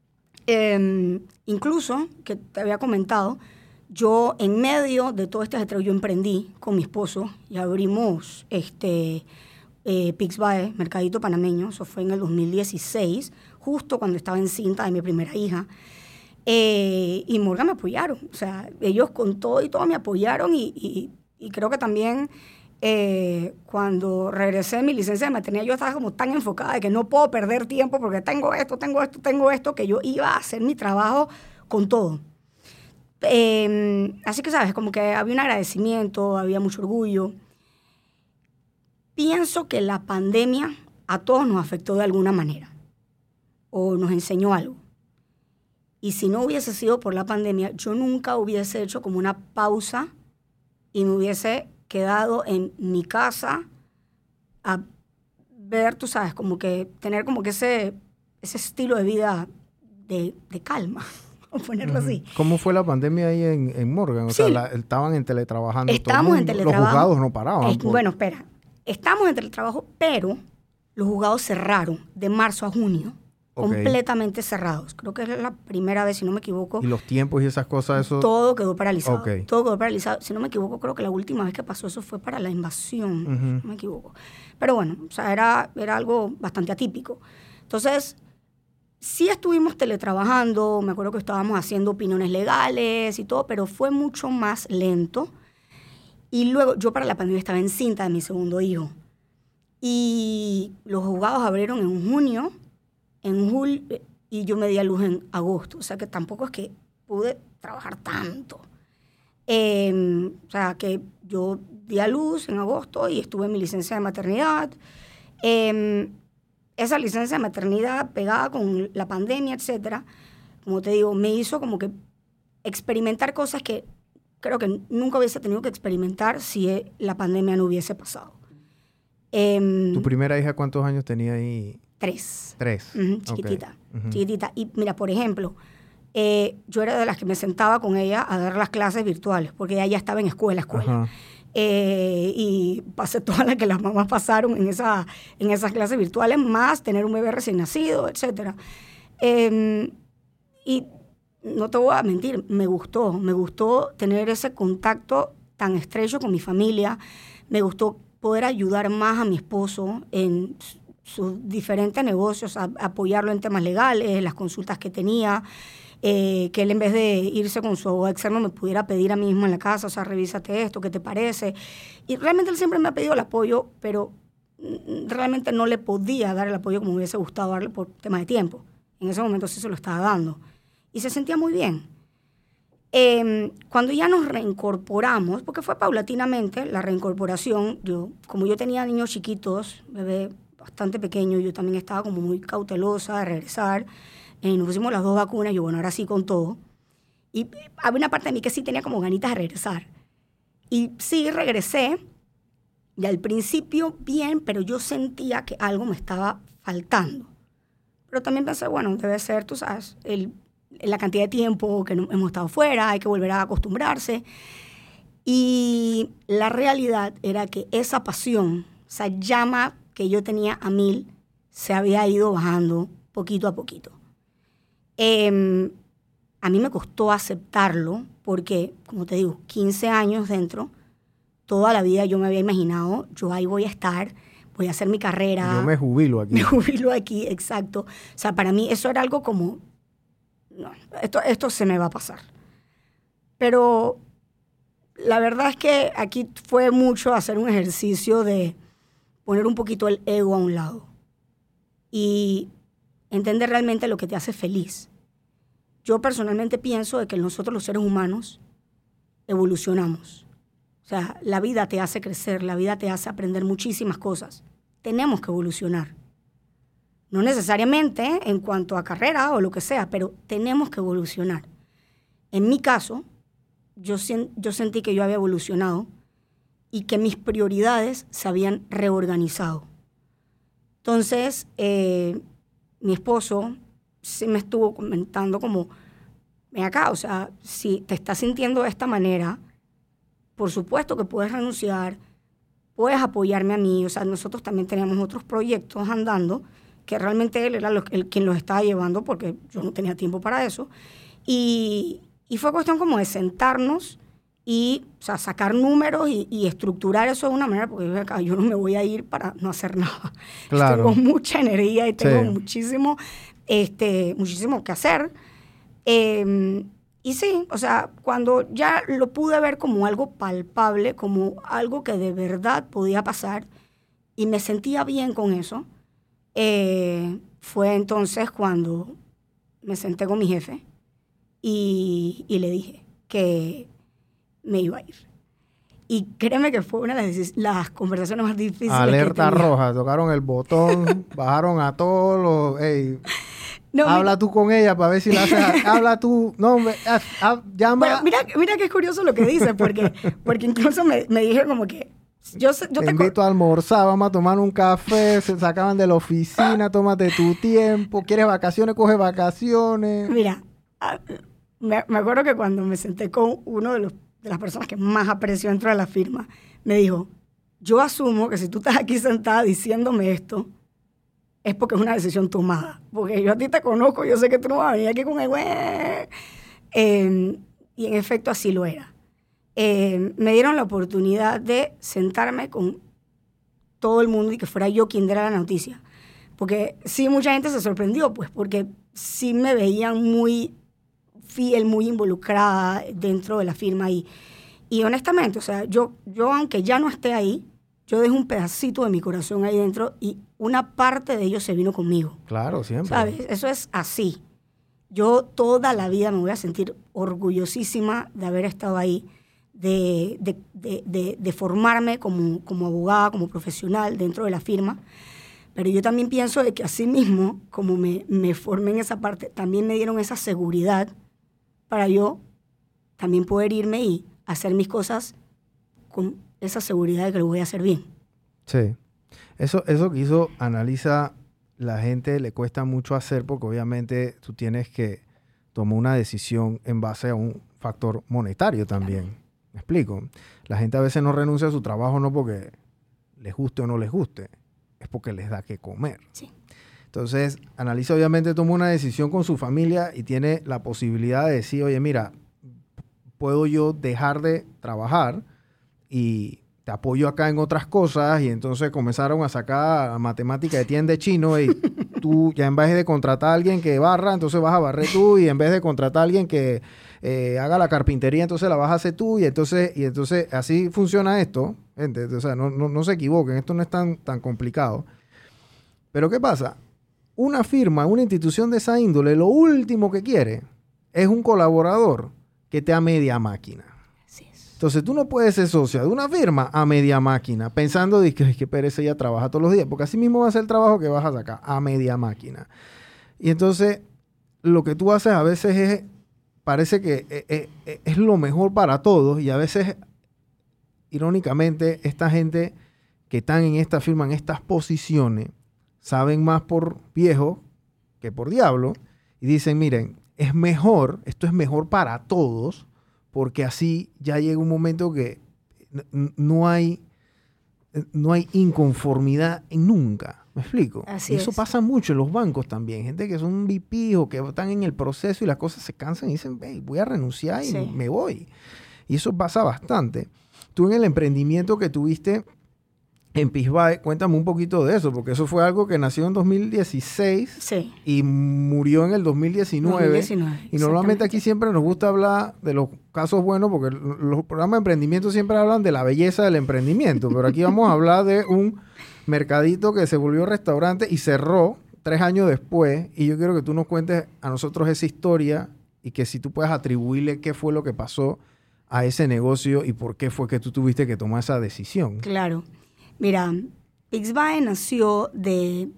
Eh, incluso, que te había comentado, yo en medio de todo este ajetreo, yo emprendí con mi esposo y abrimos este, eh, Pixbae, Mercadito Panameño, eso fue en el dos mil dieciséis, justo cuando estaba encinta de mi primera hija. Eh, y Morgan me apoyaron, o sea, ellos con todo y todo me apoyaron y, y, y creo que también eh, cuando regresé de mi licencia de maternidad yo estaba como tan enfocada de que no puedo perder tiempo porque tengo esto, tengo esto, tengo esto, que yo iba a hacer mi trabajo con todo. Eh, así que, ¿sabes? Como que había un agradecimiento, había mucho orgullo. Pienso que la pandemia a todos nos afectó de alguna manera o nos enseñó algo. Y si no hubiese sido por la pandemia, yo nunca hubiese hecho como una pausa y me hubiese quedado en mi casa a ver, tú sabes, como que tener como que ese, ese estilo de vida de, de calma, o ponerlo Uh-huh. así. ¿Cómo fue la pandemia ahí en, en Morgan? O Sí. sea, la- estaban en teletrabajando. Estábamos todo el en mundo. teletrabajo. Los juzgados no paraban. Es- por- bueno, espera. Estamos en teletrabajo, pero los juzgados cerraron de marzo a junio. Ok. Completamente cerrados. Creo que es la primera vez, si no me equivoco. Y los tiempos y esas cosas, eso... Todo quedó paralizado. Ok. Todo quedó paralizado. Si no me equivoco, creo que la última vez que pasó eso fue para la invasión. Ujú. Si no me equivoco. Pero bueno, o sea, era, era algo bastante atípico. Entonces, sí estuvimos teletrabajando. Me acuerdo que estábamos haciendo opiniones legales y todo, pero fue mucho más lento. Y luego, yo para la pandemia estaba encinta de mi segundo hijo. Y los juzgados abrieron en junio, en julio, y yo me di a luz en agosto. O sea que tampoco es que pude trabajar tanto. Eh, o sea que yo di a luz en agosto y estuve en mi licencia de maternidad. Eh, esa licencia de maternidad pegada con la pandemia, etcétera, como te digo, me hizo como que experimentar cosas que creo que nunca hubiese tenido que experimentar si eh, la pandemia no hubiese pasado. Eh, ¿Tu primera hija cuántos años tenía ahí? tres. Tres. Ujú, Ok. chiquitita, Ujú. chiquitita. Y mira, por ejemplo, eh, yo era de las que me sentaba con ella a dar las clases virtuales, porque ella ya estaba en escuela, escuela. Ajá. Eh, y pasé todas las que las mamás pasaron en, esa, en esas clases virtuales, más tener un bebé recién nacido, etcétera. Eh, y no te voy a mentir, me gustó, me gustó tener ese contacto tan estrecho con mi familia, me gustó poder ayudar más a mi esposo en sus diferentes negocios, a, a apoyarlo en temas legales, las consultas que tenía, eh, que él en vez de irse con su abogado externo me pudiera pedir a mí mismo en la casa, o sea, revísate esto, ¿qué te parece? Y realmente él siempre me ha pedido el apoyo, pero mm, realmente no le podía dar el apoyo como me hubiese gustado darle por tema de tiempo. En ese momento sí se lo estaba dando. Y se sentía muy bien. Eh, cuando ya nos reincorporamos, porque fue paulatinamente la reincorporación, yo, como yo tenía niños chiquitos, bebé bastante pequeño, yo también estaba como muy cautelosa de regresar. Eh, nos pusimos las dos vacunas, yo bueno, ahora sí con todo. Y había una parte de mí que sí tenía como ganitas de regresar. Y sí, regresé. Y al principio bien, pero yo sentía que algo me estaba faltando. Pero también pensé, bueno, debe ser, tú sabes, el, la cantidad de tiempo que no, hemos estado fuera, hay que volver a acostumbrarse. Y la realidad era que esa pasión, esa llama que yo tenía a mil, se había ido bajando poquito a poquito. Eh, a mí me costó aceptarlo porque, como te digo, quince años dentro, toda la vida yo me había imaginado, yo ahí voy a estar, voy a hacer mi carrera. Yo me jubilo aquí. Me jubilo aquí, exacto. O sea, para mí eso era algo como, no, esto, esto se me va a pasar. Pero la verdad es que aquí fue mucho hacer un ejercicio de poner un poquito el ego a un lado y entender realmente lo que te hace feliz. Yo personalmente pienso de que nosotros los seres humanos evolucionamos. O sea, la vida te hace crecer, la vida te hace aprender muchísimas cosas. Tenemos que evolucionar. No necesariamente en cuanto a carrera o lo que sea, pero tenemos que evolucionar. En mi caso, yo, yo sentí que yo había evolucionado y que mis prioridades se habían reorganizado. Entonces, eh, mi esposo sí me estuvo comentando como, ven acá, o sea, si te estás sintiendo de esta manera, por supuesto que puedes renunciar, puedes apoyarme a mí. O sea, nosotros también teníamos otros proyectos andando que realmente él era lo, el, quien los estaba llevando porque yo no tenía tiempo para eso. Y, y fue cuestión como de sentarnos y, o sea, sacar números y, y estructurar eso de una manera, porque yo, acá, yo no me voy a ir para no hacer nada. Claro. Tengo mucha energía y tengo Sí. muchísimo, este, muchísimo que hacer. Eh, y sí, o sea, cuando ya lo pude ver como algo palpable, como algo que de verdad podía pasar, y me sentía bien con eso, eh, fue entonces cuando me senté con mi jefe y, y le dije que me iba a ir. Y créeme que fue una de las, las conversaciones más difíciles. Alerta que he tenido. roja, tocaron el botón, bajaron a todos los... Ey, No, habla mira, tú con ella para ver si la haces... habla tú... No, me, ah, ah, llama... bueno, mira, mira que es curioso lo que dice, porque, porque incluso me, me dije como que... Yo, sé- yo te te invito a almorzar, vamos a tomar un café, se sacaban de la oficina, tómate tu tiempo, quieres vacaciones, coge vacaciones. Mira, ah, me, me acuerdo que cuando me senté con uno de, los, de las personas que más aprecio dentro de la firma, me dijo, yo asumo que si tú estás aquí sentada diciéndome esto, es porque es una decisión tomada. Porque yo a ti te conozco, yo sé que tú no vas a venir aquí con el güey. Eh, y en efecto así lo era. Eh, me dieron la oportunidad de sentarme con todo el mundo y que fuera yo quien diera la noticia. Porque sí, mucha gente se sorprendió, pues, porque sí me veían muy fiel, muy involucrada dentro de la firma. Y, y honestamente, o sea, yo, yo aunque ya no esté ahí, yo dejo un pedacito de mi corazón ahí dentro y una parte de ellos se vino conmigo. Claro, siempre. ¿Sabes? Eso es así. Yo toda la vida me voy a sentir orgullosísima de haber estado ahí, de, de, de, de, de formarme como, como abogada, como profesional dentro de la firma. Pero yo también pienso de que así mismo, como me, me formé en esa parte, también me dieron esa seguridad para yo también poder irme y hacer mis cosas con esa seguridad de que lo voy a hacer bien. Sí. Eso, eso que hizo Analiza, la gente le cuesta mucho hacer porque obviamente tú tienes que tomar una decisión en base a un factor monetario también. Claro. ¿Me explico? La gente a veces no renuncia a su trabajo no porque les guste o no les guste, es porque les da que comer. Sí. Entonces, Analiza obviamente toma una decisión con su familia y tiene la posibilidad de decir, oye, mira, puedo yo dejar de trabajar y te apoyo acá en otras cosas. Y entonces comenzaron a sacar matemática de tienda de chino y tú ya en vez de contratar a alguien que barra, entonces vas a barrer tú, y en vez de contratar a alguien que eh, haga la carpintería, entonces la vas a hacer tú, y entonces, y entonces así funciona esto, gente. O sea, no, no, no se equivoquen, esto no es tan, tan complicado. Pero ¿qué pasa? Una firma, una institución de esa índole, lo último que quiere es un colaborador que esté a media máquina. Así es. Entonces tú no puedes ser socio de una firma a media máquina, pensando de que, que pereza, ella trabaja todos los días, porque así mismo va a ser el trabajo que vas a sacar, a media máquina. Y entonces lo que tú haces a veces es, parece que es, es, es lo mejor para todos, y a veces irónicamente, esta gente que están en esta firma, en estas posiciones, saben más por viejo que por diablo y dicen, miren, es mejor, esto es mejor para todos, porque así ya llega un momento que n- no hay, no hay inconformidad en nunca. ¿Me explico? Así y eso es. pasa mucho en los bancos también. Gente que son V P o que están en el proceso y las cosas se cansan y dicen, hey, voy a renunciar y Sí. me voy. Y eso pasa bastante. Tú en el emprendimiento que tuviste en Pisbay, cuéntame un poquito de eso, porque eso fue algo que nació en dos mil dieciséis Sí. y murió en el dos mil diecinueve. dos mil diecinueve, Y normalmente exactamente. aquí siempre nos gusta hablar de los casos buenos, porque los programas de emprendimiento siempre hablan de la belleza del emprendimiento, pero aquí vamos a hablar de un mercadito que se volvió restaurante y cerró tres años después, y yo quiero que tú nos cuentes a nosotros esa historia y que si tú puedes atribuirle qué fue lo que pasó a ese negocio y por qué fue que tú tuviste que tomar esa decisión. Claro. Mira, Pixbae nació de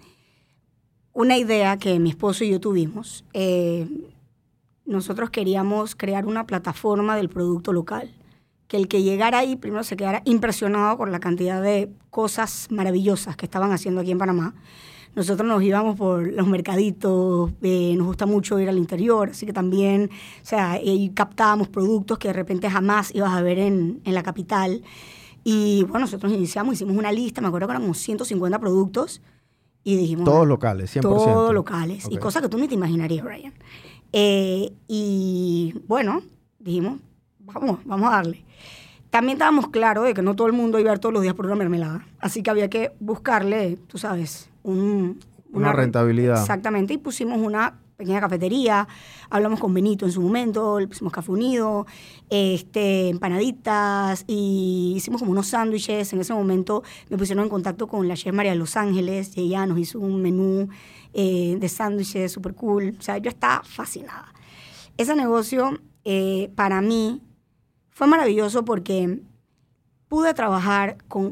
una idea que mi esposo y yo tuvimos. Eh, nosotros queríamos crear una plataforma del producto local. Que el que llegara ahí primero se quedara impresionado por la cantidad de cosas maravillosas que estaban haciendo aquí en Panamá. Nosotros nos íbamos por los mercaditos, eh, nos gusta mucho ir al interior, así que también, o sea, eh, captábamos productos que de repente jamás ibas a ver en, en la capital. Y bueno, nosotros iniciamos, hicimos una lista, me acuerdo que eran como ciento cincuenta productos y dijimos... Todos locales, cien por ciento. Todos locales, Ok. y cosas que tú ni te imaginarías, Brian. Eh, y bueno, dijimos, vamos, vamos a darle. También estábamos claros de que no todo el mundo iba a ir todos los días por una mermelada, así que había que buscarle, tú sabes, un, Una rentabilidad. Exactamente, y pusimos una pequeña cafetería, hablamos con Benito en su momento, le pusimos café unido, este, empanaditas, y hicimos como unos sándwiches. En ese momento me pusieron en contacto con la chef María de Los Ángeles, y ella nos hizo un menú eh, de sándwiches súper cool. O sea, yo estaba fascinada. Ese negocio, eh, para mí, fue maravilloso porque pude trabajar con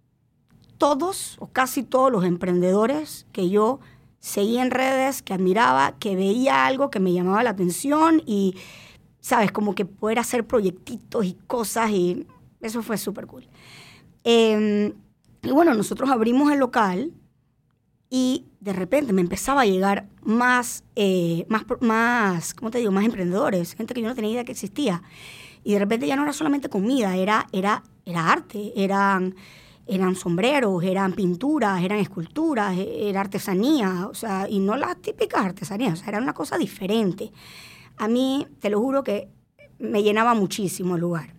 todos o casi todos los emprendedores que yo seguía en redes, que admiraba, que veía algo que me llamaba la atención y, ¿sabes? Como que poder hacer proyectitos y cosas, y eso fue súper cool. Eh, y bueno, nosotros abrimos el local y de repente me empezaba a llegar más, eh, más, más, ¿cómo te digo? Más emprendedores, gente que yo no tenía idea que existía. Y de repente ya no era solamente comida, era, era, era arte, eran... eran sombreros, eran pinturas, eran esculturas, era artesanía, o sea, y no las típicas artesanías, o sea, era una cosa diferente. A mí, te lo juro que me llenaba muchísimo el lugar.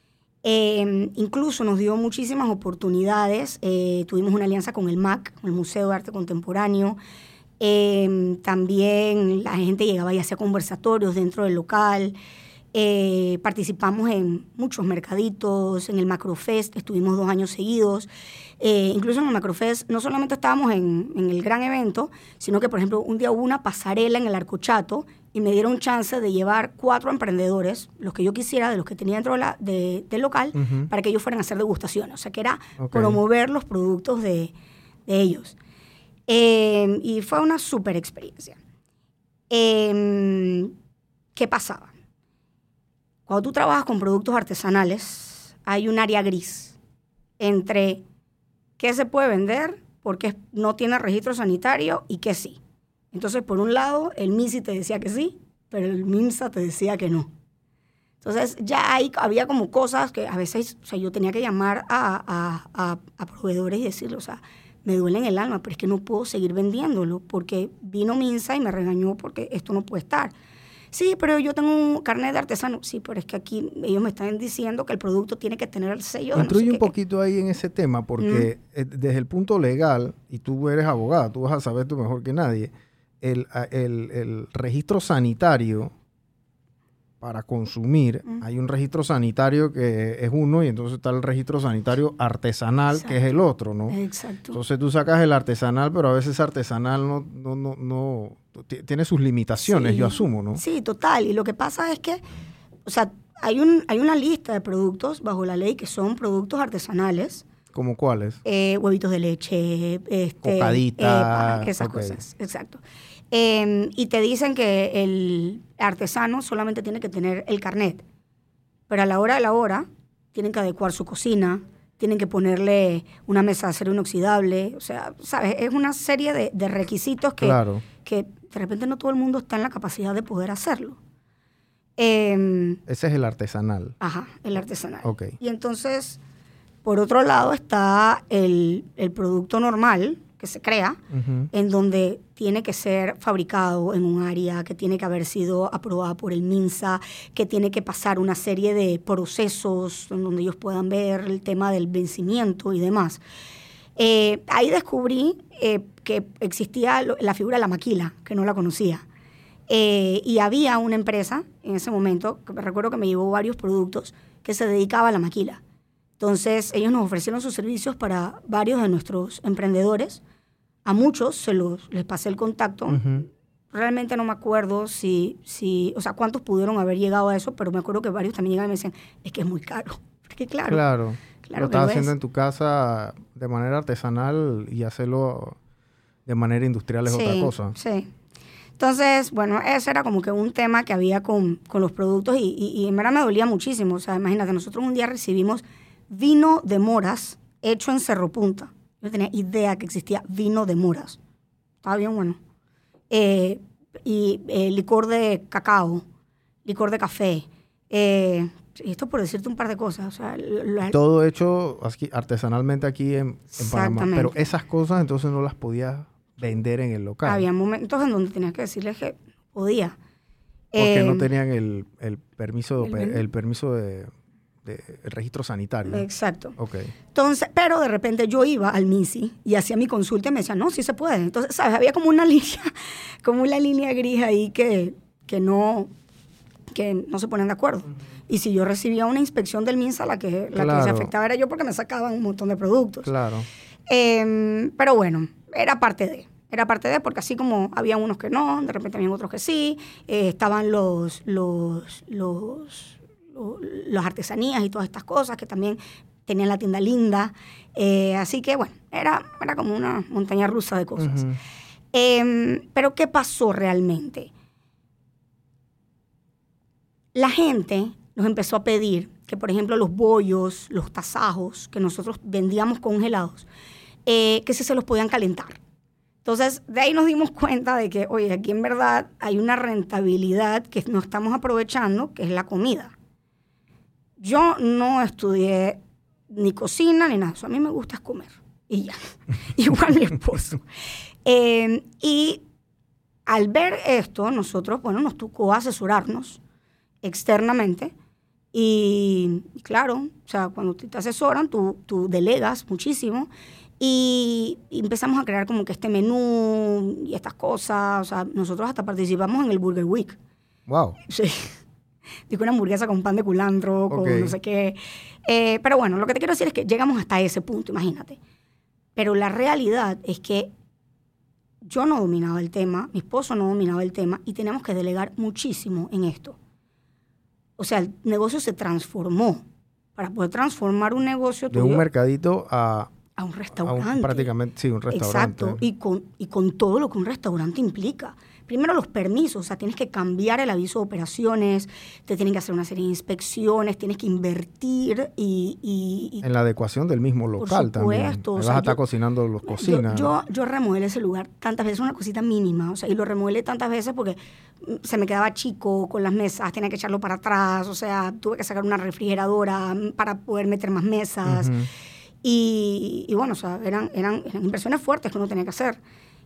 Eh, incluso nos dio muchísimas oportunidades. Eh, tuvimos una alianza con el M A C, el Museo de Arte Contemporáneo. Eh, también la gente llegaba y hacía conversatorios dentro del local. Eh, participamos en muchos mercaditos, en el Macrofest, estuvimos dos años seguidos. Eh, incluso en el Macrofest no solamente estábamos en, en el gran evento, sino que, por ejemplo, un día hubo una pasarela en el Arcochato y me dieron chance de llevar cuatro emprendedores, los que yo quisiera, de los que tenía dentro de la, de, del local, Ujú. para que ellos fueran a hacer degustaciones. O sea, que era Ok. promover los productos de, de ellos. Eh, y fue una súper experiencia. Eh, ¿Qué pasaba? Cuando tú trabajas con productos artesanales, hay un área gris entre qué se puede vender porque no tiene registro sanitario y qué sí. Entonces, por un lado, el MISI te decía que sí, pero el MINSA te decía que no. Entonces, ya ahí había como cosas que a veces, o sea, yo tenía que llamar a, a, a, a proveedores y decirle, o sea, me duele en el alma, pero es que no puedo seguir vendiéndolo porque vino MINSA y me regañó porque esto no puede estar. Sí, pero yo tengo un carnet de artesano. Sí, pero es que aquí ellos me están diciendo que el producto tiene que tener el sello de no sé Instruye qué, un poquito ahí en ese tema, porque eh, desde el punto legal, y tú eres abogada, tú vas a saber tú mejor que nadie, el, a- el- el registro sanitario para consumir, Mm. hay un registro sanitario que es uno y entonces está el registro sanitario artesanal, que es el otro, ¿no? Exacto. Entonces tú sacas el artesanal, pero a veces artesanal no, no, no, no t- tiene sus limitaciones, Sí. yo asumo, ¿no? Sí, total. Y lo que pasa es que, o sea, hay, un, hay una lista de productos bajo la ley que son productos artesanales. ¿Como cuáles? Eh, huevitos de leche, este, Cocadita, epa, esas ok. cosas, exacto. Eh, y te dicen que el artesano solamente tiene que tener el carnet, pero a la hora de la hora tienen que adecuar su cocina, tienen que ponerle una mesa de acero inoxidable, o sea, ¿sabes? Es una serie de, de requisitos que, Claro. que de repente no todo el mundo está en la capacidad de poder hacerlo. Eh, Ese es el artesanal. ajá, el artesanal. Ok. Y entonces, por otro lado, está el, el producto normal que se crea, Ujú. en donde tiene que ser fabricado en un área, que tiene que haber sido aprobada por el MINSA, que tiene que pasar una serie de procesos en donde ellos puedan ver el tema del vencimiento y demás. Eh, ahí descubrí eh, que existía lo- la figura de la maquila, que no la conocía. Eh, y había una empresa en ese momento, que me recuerdo que me llevó varios productos, que se dedicaba a la maquila. Entonces, ellos nos ofrecieron sus servicios para varios de nuestros emprendedores. A muchos se los, les pasé el contacto. Ujú. Realmente no me acuerdo si, si, o sea, cuántos pudieron haber llegado a eso, pero me acuerdo que varios también llegaban y me decían, es que es muy caro. Porque claro, Claro. claro Lo que estás lo haciendo es. en tu casa de manera artesanal y hacerlo de manera industrial es Sí, otra cosa. sí. Entonces, bueno, ese era como que un tema que había con, con los productos y, y, y en verdad me dolía muchísimo. O sea, imagínate, nosotros un día recibimos vino de moras hecho en Cerro Punta. Yo no tenía idea que existía vino de moras. Estaba bien bueno. Eh, y eh, licor de cacao, licor de café. Eh, y esto por decirte un par de cosas. O sea, la- Todo hecho aquí, artesanalmente aquí en, en Panamá. Exactamente. Pero esas cosas entonces no las podías vender en el local. había momentos en donde tenías que decirles que podía. Porque Eh, no tenían el, el permiso, el de, menú. el permiso de, de- el registro sanitario. Exacto. Ok. Entonces, pero de repente yo iba al MISI y hacía mi consulta y me decían, no, sí se puede. Entonces, ¿sabes? Había como una línea, como una línea gris ahí que, que, no, que no se ponían de acuerdo. Y si yo recibía una inspección del MINSA, la que, la que se Claro. afectaba era yo porque me sacaban un montón de productos. Claro. Eh, pero bueno, era parte de. Era parte de, porque así como había unos que no, de repente había otros que sí. Eh, estaban los, los, los, los, las artesanías y todas estas cosas que también tenían la tienda linda. Eh, así que, bueno, era, era como una montaña rusa de cosas. Ujú. Eh, pero, ¿qué pasó realmente? La gente nos empezó a pedir que, por ejemplo, los bollos, los tasajos que nosotros vendíamos congelados, eh, que si se los podían calentar. Entonces, de ahí nos dimos cuenta de que, oye, aquí en verdad hay una rentabilidad que no estamos aprovechando, que es la comida. Yo no estudié ni cocina ni nada, eso a mí me gusta es comer. Y ya, igual mi esposo. Eh, y al ver esto, nosotros, bueno, nos tocó asesorarnos externamente. Y claro, o sea, cuando te asesoran, tú, tú delegas muchísimo. Y, y empezamos a crear como que este menú y estas cosas. O sea, nosotros hasta participamos en el Burger Week. Wow. Sí. Digo, una hamburguesa con pan de culantro, con Ok. no sé qué. Eh, pero bueno, lo que te quiero decir es que llegamos hasta ese punto, imagínate. Pero la realidad es que yo no dominaba el tema, mi esposo no dominaba el tema y teníamos que delegar muchísimo en esto. O sea, el negocio se transformó. Para poder transformar un negocio De un tuyo mercadito a, a un a restaurante. un, prácticamente, sí, un restaurante. Exacto, y con, y con todo lo que un restaurante implica. Primero los permisos, o sea, tienes que cambiar el aviso de operaciones, te tienen que hacer una serie de inspecciones, tienes que invertir y... y- y En la adecuación del mismo local también. supuesto, o Ahí sea, vas a estar yo- cocinando los yo, cocinas. yo, yo remodelé ese lugar tantas veces, una cosita mínima, o sea, y lo remodelé tantas veces porque mm, se me quedaba chico con las mesas, tenía que echarlo para atrás, o sea, tuve que sacar una refrigeradora mm, para poder meter más mesas. Ujú. Y, y bueno, o sea, eran, eran, eran inversiones fuertes que uno tenía que hacer.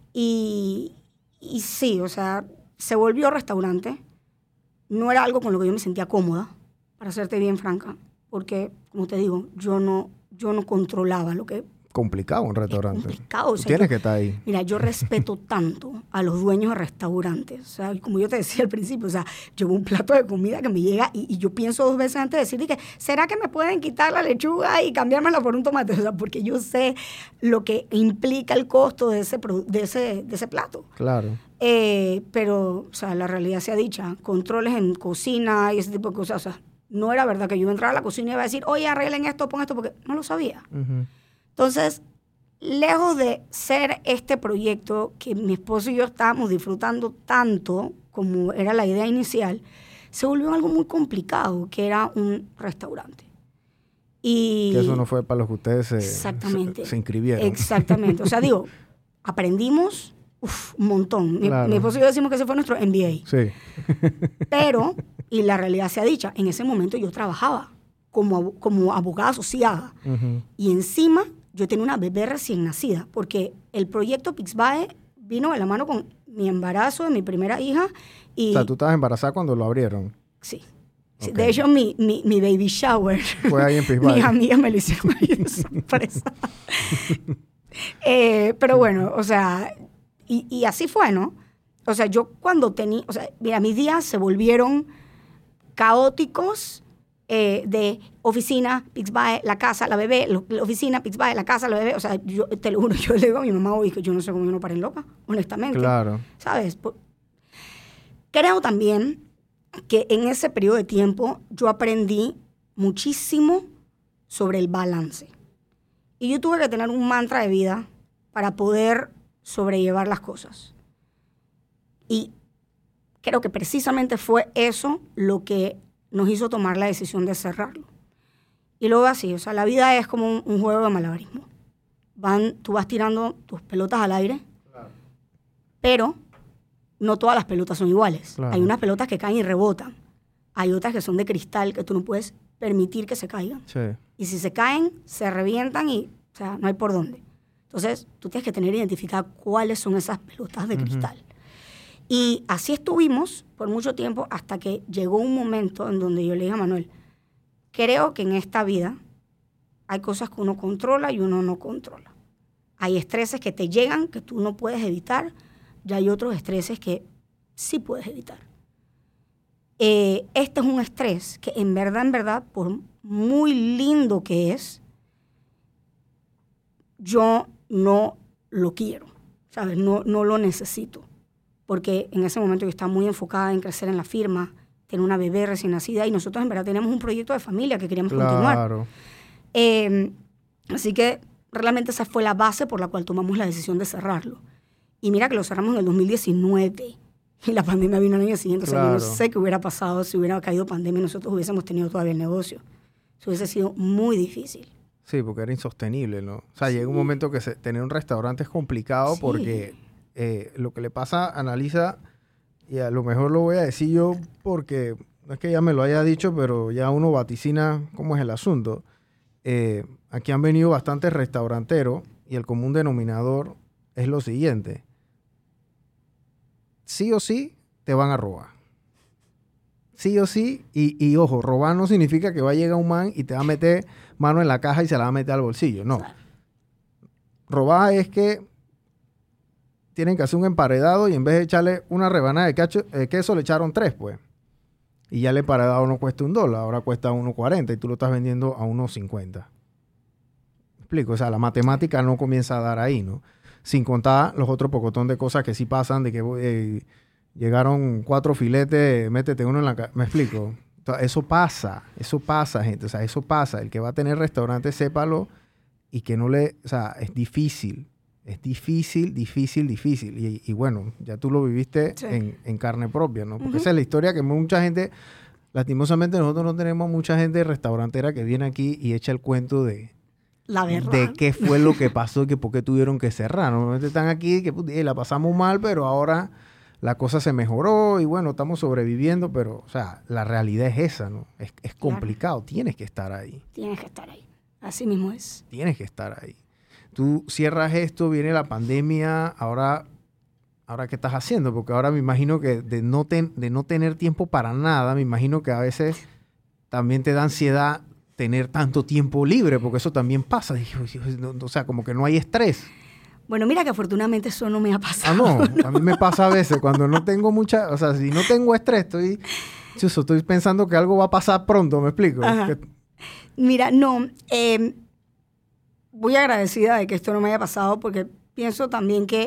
Y, y sí, o sea, se volvió restaurante. No era algo con lo que yo me sentía cómoda, para serte bien franca, porque, como te digo, yo no, yo no controlaba lo que... Complicado un restaurante. complicado, o Tú sea, tienes yo- que estar ahí. Mira, yo respeto tanto a los dueños de restaurantes. O sea, como yo te decía al principio, o sea, llegó un plato de comida que me llega y, y yo pienso dos veces antes de decir que, ¿será que me pueden quitar la lechuga y cambiármela por un tomate? O sea, porque yo sé lo que implica el costo de ese, produ- de ese, de ese plato. Claro. Eh, pero, o sea, la realidad sea dicha, controles en cocina y ese tipo de cosas. O sea, no era verdad que yo entrara a la cocina y iba a decir, oye, arreglen esto, pon esto, porque no lo sabía. Ujú. Entonces, lejos de ser este proyecto que mi esposo y yo estábamos disfrutando tanto como era la idea inicial, se volvió algo muy complicado, que era un restaurante. Y que eso no fue para los que ustedes se, exactamente. se, se inscribieron. Exactamente. O sea, digo, aprendimos uf, un montón. Mi, Claro. mi esposo y yo decimos que ese fue nuestro M B A. Sí. Pero, y la realidad sea dicha, en ese momento yo trabajaba como, como abogada asociada. Uh-huh. Y encima yo tenía una bebé recién nacida, porque el proyecto Pixbae vino de la mano con mi embarazo de mi primera hija. Y, O sea, tú estabas embarazada cuando lo abrieron. sí. Sí, Ok. de hecho, mi, mi, mi baby shower, Fue ahí en Pixbae. mis amigas me lo hicieron ahí de sorpresa. eh, pero bueno, o sea, y, y así fue, ¿no? O sea, yo cuando tenía, o sea, mira, mis días se volvieron caóticos eh, de oficina, Pixbae, la casa, la bebé, lo- la oficina, Pixbae, la casa, la bebé. O sea, yo te lo juro, yo le digo a mi mamá hoy que yo no sé cómo yo no paré loca, honestamente. Claro. ¿Sabes? Por- Creo también que en ese periodo de tiempo yo aprendí muchísimo sobre el balance. Y yo tuve que tener un mantra de vida para poder sobrellevar las cosas. Y creo que precisamente fue eso lo que nos hizo tomar la decisión de cerrarlo. Y luego así, o sea, la vida es como un, un juego de malabarismo. Van, tú vas tirando tus pelotas al aire, Claro. pero no todas las pelotas son iguales. Claro. Hay unas pelotas que caen y rebotan. Hay otras que son de cristal que tú no puedes permitir que se caigan. Sí. Y si se caen, se revientan y, o sea, no hay por dónde. Entonces, tú tienes que tener identificado cuáles son esas pelotas de Ujú. cristal. Y así estuvimos por mucho tiempo hasta que llegó un momento en donde yo le dije a Manuel, creo que en esta vida hay cosas que uno controla y uno no controla. Hay estreses que te llegan que tú no puedes evitar y hay otros estreses que sí puedes evitar. Eh, este es un estrés que en verdad, en verdad, por muy lindo que es, yo no lo quiero, ¿sabes? No, no lo necesito. Porque en ese momento yo estaba muy enfocada en crecer en la firma, tener una bebé recién nacida y nosotros en verdad tenemos un proyecto de familia que queríamos continuar. Claro. Eh, así que realmente esa fue la base por la cual tomamos la decisión de cerrarlo. Y mira que lo cerramos en el dos mil diecinueve y la pandemia vino al año siguiente. O sea, yo no Claro. sé qué hubiera pasado si hubiera caído pandemia y nosotros hubiésemos tenido todavía el negocio. Eso hubiese sido muy difícil. Sí, porque era insostenible, ¿no? O sea, llega un momento que se- tener un restaurante es complicado Sí. porque eh, lo que le pasa a Analisa, y a lo mejor lo voy a decir yo porque no es que ella me lo haya dicho, pero ya uno vaticina cómo es el asunto. Eh, aquí han venido bastantes restauranteros y el común denominador es lo siguiente. Sí o sí te van a robar. Sí o sí, y, y ojo, robar no significa que va a llegar un man y te va a meter mano en la caja y se la va a meter al bolsillo, no. Claro. Robar es que tienen que hacer un emparedado y en vez de echarle una rebanada de cacho- eh, queso, le echaron tres, pues. Y ya el emparedado no cuesta un dólar, ahora cuesta uno cuarenta y tú lo estás vendiendo a uno cincuenta. ¿Me explico? O sea, la matemática no comienza a dar ahí, ¿no? Sin contar los otros pocotón de cosas que sí pasan, de que eh, llegaron cuatro filetes, métete uno en la... ca- ¿Me explico? Entonces, eso pasa, eso pasa, gente. O sea, eso pasa. El que va a tener restaurante, sépalo, y que no le... O sea, es difícil. Es difícil, difícil, difícil. Y, y bueno, ya tú lo viviste Sí. en, en carne propia, ¿no? Porque Ujú. esa es la historia que mucha gente... Lastimosamente nosotros no tenemos mucha gente restaurantera que viene aquí y echa el cuento de... La verdad. de qué fue lo que pasó, que por qué tuvieron que cerrar. Normalmente están aquí, que put- eh, la pasamos mal, pero ahora la cosa se mejoró y bueno, estamos sobreviviendo, pero, o sea, la realidad es esa, ¿no? Es, es Claro. complicado, tienes que estar ahí, Tienes que estar ahí. Así mismo es. tienes que estar ahí. Tú cierras esto, viene la pandemia, ahora, ahora ¿qué estás haciendo? Porque ahora me imagino que de no, ten- de no tener tiempo para nada, me imagino que a veces también te da ansiedad tener tanto tiempo libre, porque eso también pasa. Dije, o sea, como que no hay estrés. Bueno, mira que afortunadamente eso no me ha Ah, pasado. no, a mí me pasa a veces cuando no tengo mucha, o sea, si no tengo estrés, estoy, chuzo, estoy pensando que algo va a pasar pronto, ¿me explico? Ajá. Que- Mira, no, eh, muy agradecida de que esto no me haya pasado porque pienso también que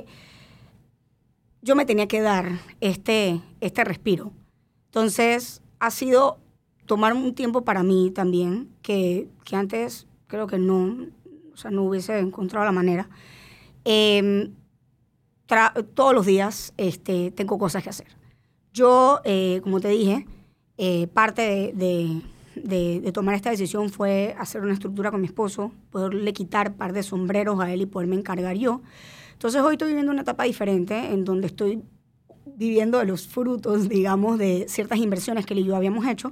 yo me tenía que dar este, este respiro. Entonces, ha sido tomar un tiempo para mí también, que, que antes creo que no, o sea, no hubiese encontrado la manera. Eh, tra- todos los días este, tengo cosas que hacer. Yo, eh, como te dije, eh, parte de, de- de, de tomar esta decisión fue hacer una estructura con mi esposo, poderle quitar un par de sombreros a él y poderme encargar yo. Entonces hoy estoy viviendo una etapa diferente en donde estoy viviendo de los frutos, digamos, de ciertas inversiones que él y yo habíamos hecho.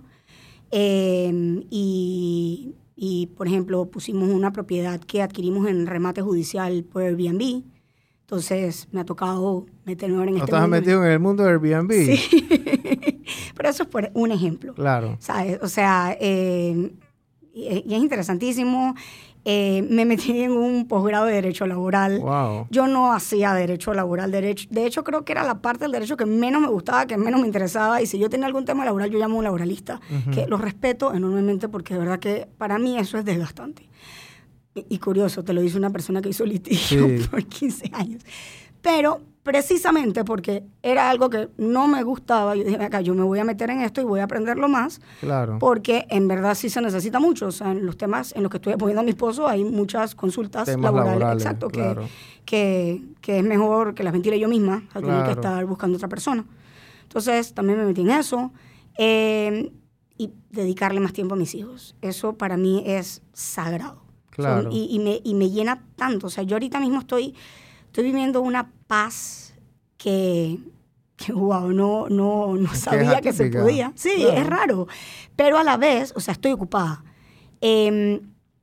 Eh, y, y, por ejemplo, pusimos una propiedad que adquirimos en remate judicial por Airbnb. Entonces me ha tocado meterme ahora en ¿No este estás mundo? metido en el mundo de Airbnb? Sí. Pero eso es por un ejemplo. Claro. ¿Sabes? O sea, eh, y, y es interesantísimo. Eh, me metí en un posgrado de Derecho Laboral. Wow. Yo no hacía Derecho Laboral. Derecho, de hecho, creo que era la parte del derecho que menos me gustaba, que menos me interesaba. Y si yo tenía algún tema laboral, yo llamo a un laboralista. Uh-huh. Que los respeto enormemente porque de verdad que para mí eso es desgastante. Y, y curioso, te lo dice una persona que hizo litigio sí. por quince años. Pero precisamente porque era algo que no me gustaba, yo dije, acá, yo me voy a meter en esto y voy a aprenderlo más. Claro. Porque en verdad sí se necesita mucho. O sea, en los temas en los que estoy apoyando a mi esposo hay muchas consultas temas laborales. laborales Exacto, claro. que, que, que es mejor que las ventile yo misma, a claro. tener que estar buscando otra persona. Entonces, también me metí en eso. Eh, y dedicarle más tiempo a mis hijos. Eso para mí es sagrado. Claro. O sea, y, y, me, y me llena tanto. O sea, yo ahorita mismo estoy... Estoy viviendo una paz que, que wow, no, no, no sabía que se podía. Sí, claro. Es raro. Pero a la vez, o sea, estoy ocupada. Eh,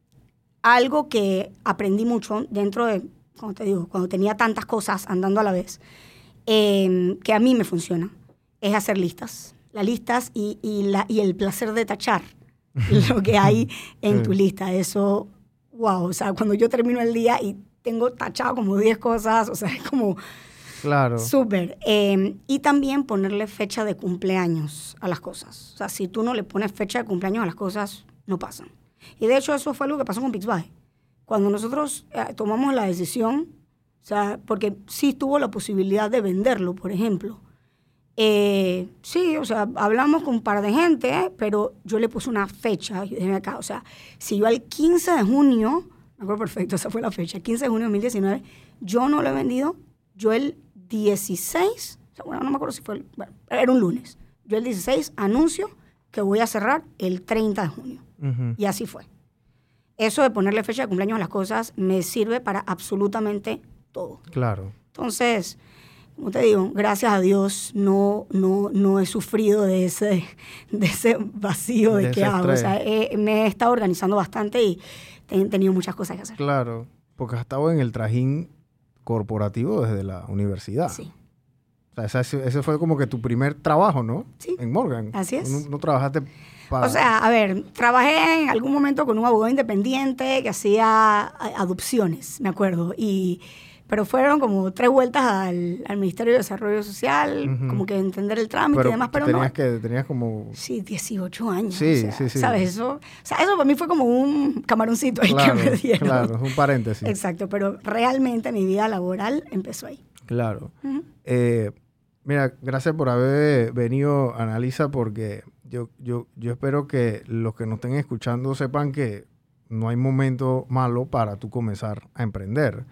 algo que aprendí mucho dentro de, como te digo, cuando tenía tantas cosas andando a la vez, eh, que a mí me funciona, es hacer listas. Las listas y, y, la, y el placer de tachar lo que hay en sí. tu lista. Eso, wow, o sea, cuando yo termino el día y tengo tachado como diez cosas, o sea, es como claro. súper. Eh, y también ponerle fecha de cumpleaños a las cosas. O sea, si tú no le pones fecha de cumpleaños a las cosas, no pasan. Y de hecho eso fue algo que pasó con Pixbae. Cuando nosotros eh, tomamos la decisión, o sea, porque sí tuvo la posibilidad de venderlo, por ejemplo. Eh, sí, o sea, hablamos con un par de gente, eh, pero yo le puse una fecha, y dije acá, o sea, si yo al quince de junio... Me acuerdo perfecto, esa fue la fecha. quince de junio de dos mil diecinueve. Yo no lo he vendido. Yo el dieciséis, o sea, bueno, no me acuerdo si fue, el, bueno, era un lunes. Yo el dieciséis anuncio que voy a cerrar el treinta de junio. Uh-huh. Y así fue. Eso de ponerle fecha de cumpleaños a las cosas me sirve para absolutamente todo. Claro. Entonces, como te digo, gracias a Dios no, no, no he sufrido de ese, de ese vacío de, de qué hago. O sea, he, me he estado organizando bastante y he tenido muchas cosas que hacer. Claro, porque has estado en el trajín corporativo desde la universidad. Sí. O sea, ese, ese fue como que tu primer trabajo, ¿no? Sí. En Morgan. Así es. No, no trabajaste para... O sea, a ver, trabajé en algún momento con un abogado independiente que hacía adopciones, me acuerdo, y... Pero fueron como tres vueltas al, al Ministerio de Desarrollo Social, uh-huh. como que entender el trámite pero y demás, pero tenías no. Que, tenías como... Sí, dieciocho años. Sí, o sea, sí, sí. ¿sabes? Eso, o sea, eso para mí fue como un camaroncito ahí claro, que me dieron. Claro, un paréntesis. Exacto, pero realmente mi vida laboral empezó ahí. Claro. Uh-huh. Eh, mira, gracias por haber venido, Analisa, porque yo, yo, yo espero que los que nos estén escuchando sepan que no hay momento malo para tú comenzar a emprender.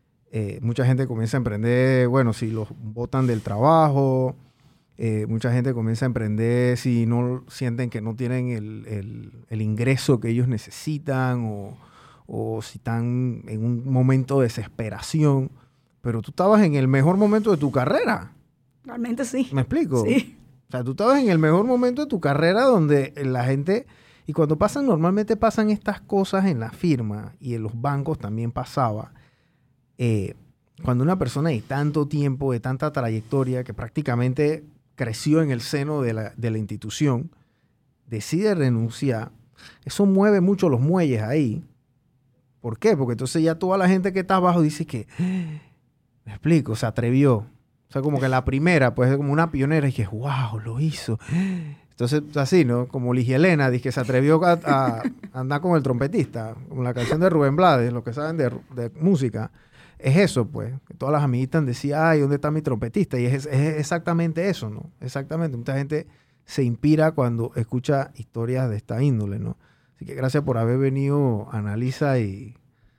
Eh, mucha gente comienza a emprender, bueno, si los botan del trabajo, eh, mucha gente comienza a emprender si no sienten que no tienen el, el, el ingreso que ellos necesitan o, o si están en un momento de desesperación. Pero tú estabas en el mejor momento de tu carrera. Realmente sí. ¿Me explico? Sí. O sea, tú estabas en el mejor momento de tu carrera donde la gente... Y cuando pasan, normalmente pasan estas cosas en la firma y en los bancos también pasaba. Eh, cuando una persona de tanto tiempo, de tanta trayectoria, que prácticamente creció en el seno de la, de la institución, decide renunciar, eso mueve mucho los muelles ahí. ¿Por qué? Porque entonces ya toda la gente que está abajo dice que, me explico, se atrevió. O sea, como que la primera, pues, es como una pionera y que, wow, lo hizo. Entonces, así, ¿no? Como Ligia Elena, dice que se atrevió a, a andar con el trompetista, como la canción de Rubén Blades, los que saben de, de música. Es eso, pues. Todas las amiguitas decían, ay, ¿dónde está mi trompetista? Y es, es exactamente eso, ¿no? Exactamente. Mucha gente se inspira cuando escucha historias de esta índole, ¿no? Así que gracias por haber venido, Analisa, y,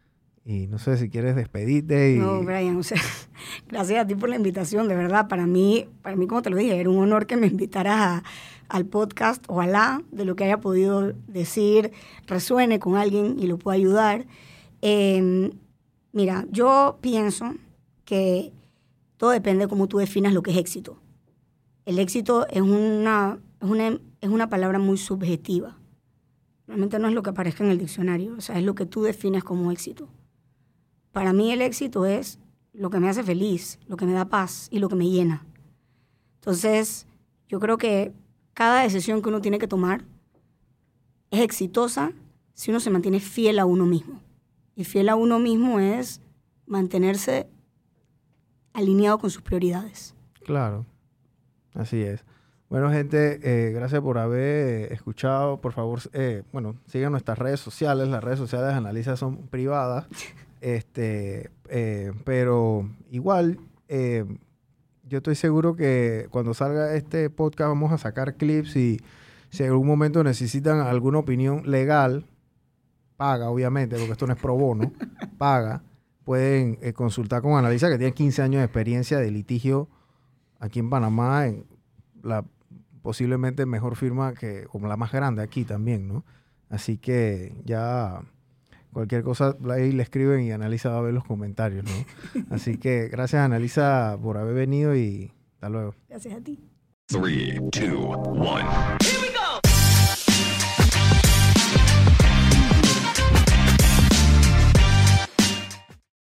y no sé si quieres despedirte. Y... No, Brian, o sea, gracias a ti por la invitación, de verdad. Para mí, para mí, como te lo dije, era un honor que me invitaras a, al podcast, ojalá de lo que haya podido decir resuene con alguien y lo pueda ayudar. Eh, mira, yo pienso que todo depende de cómo tú definas lo que es éxito. El éxito es una, es una, es una palabra muy subjetiva. Realmente no es lo que aparezca en el diccionario, o sea, es lo que tú defines como éxito. Para mí el éxito es lo que me hace feliz, lo que me da paz y lo que me llena. Entonces, yo creo que cada decisión que uno tiene que tomar es exitosa si uno se mantiene fiel a uno mismo. Y fiel a uno mismo es mantenerse alineado con sus prioridades. Claro, así es. Bueno, gente, eh, gracias por haber escuchado. Por favor, eh, bueno, sigan nuestras redes sociales. Las redes sociales de Analiza son privadas. Este, eh, pero igual, eh, yo estoy seguro que cuando salga este podcast vamos a sacar clips y si en algún momento necesitan alguna opinión legal, paga, obviamente, porque esto no es pro bono, paga. Pueden eh, consultar con Analiza, que tiene quince años de experiencia de litigio aquí en Panamá, en la posiblemente mejor firma, que como la más grande aquí también, ¿no? Así que ya cualquier cosa ahí le escriben y Analiza va a ver los comentarios, ¿no? Así que gracias, Analiza, por haber venido y hasta luego. Gracias a ti. Three, two, one. Here we go!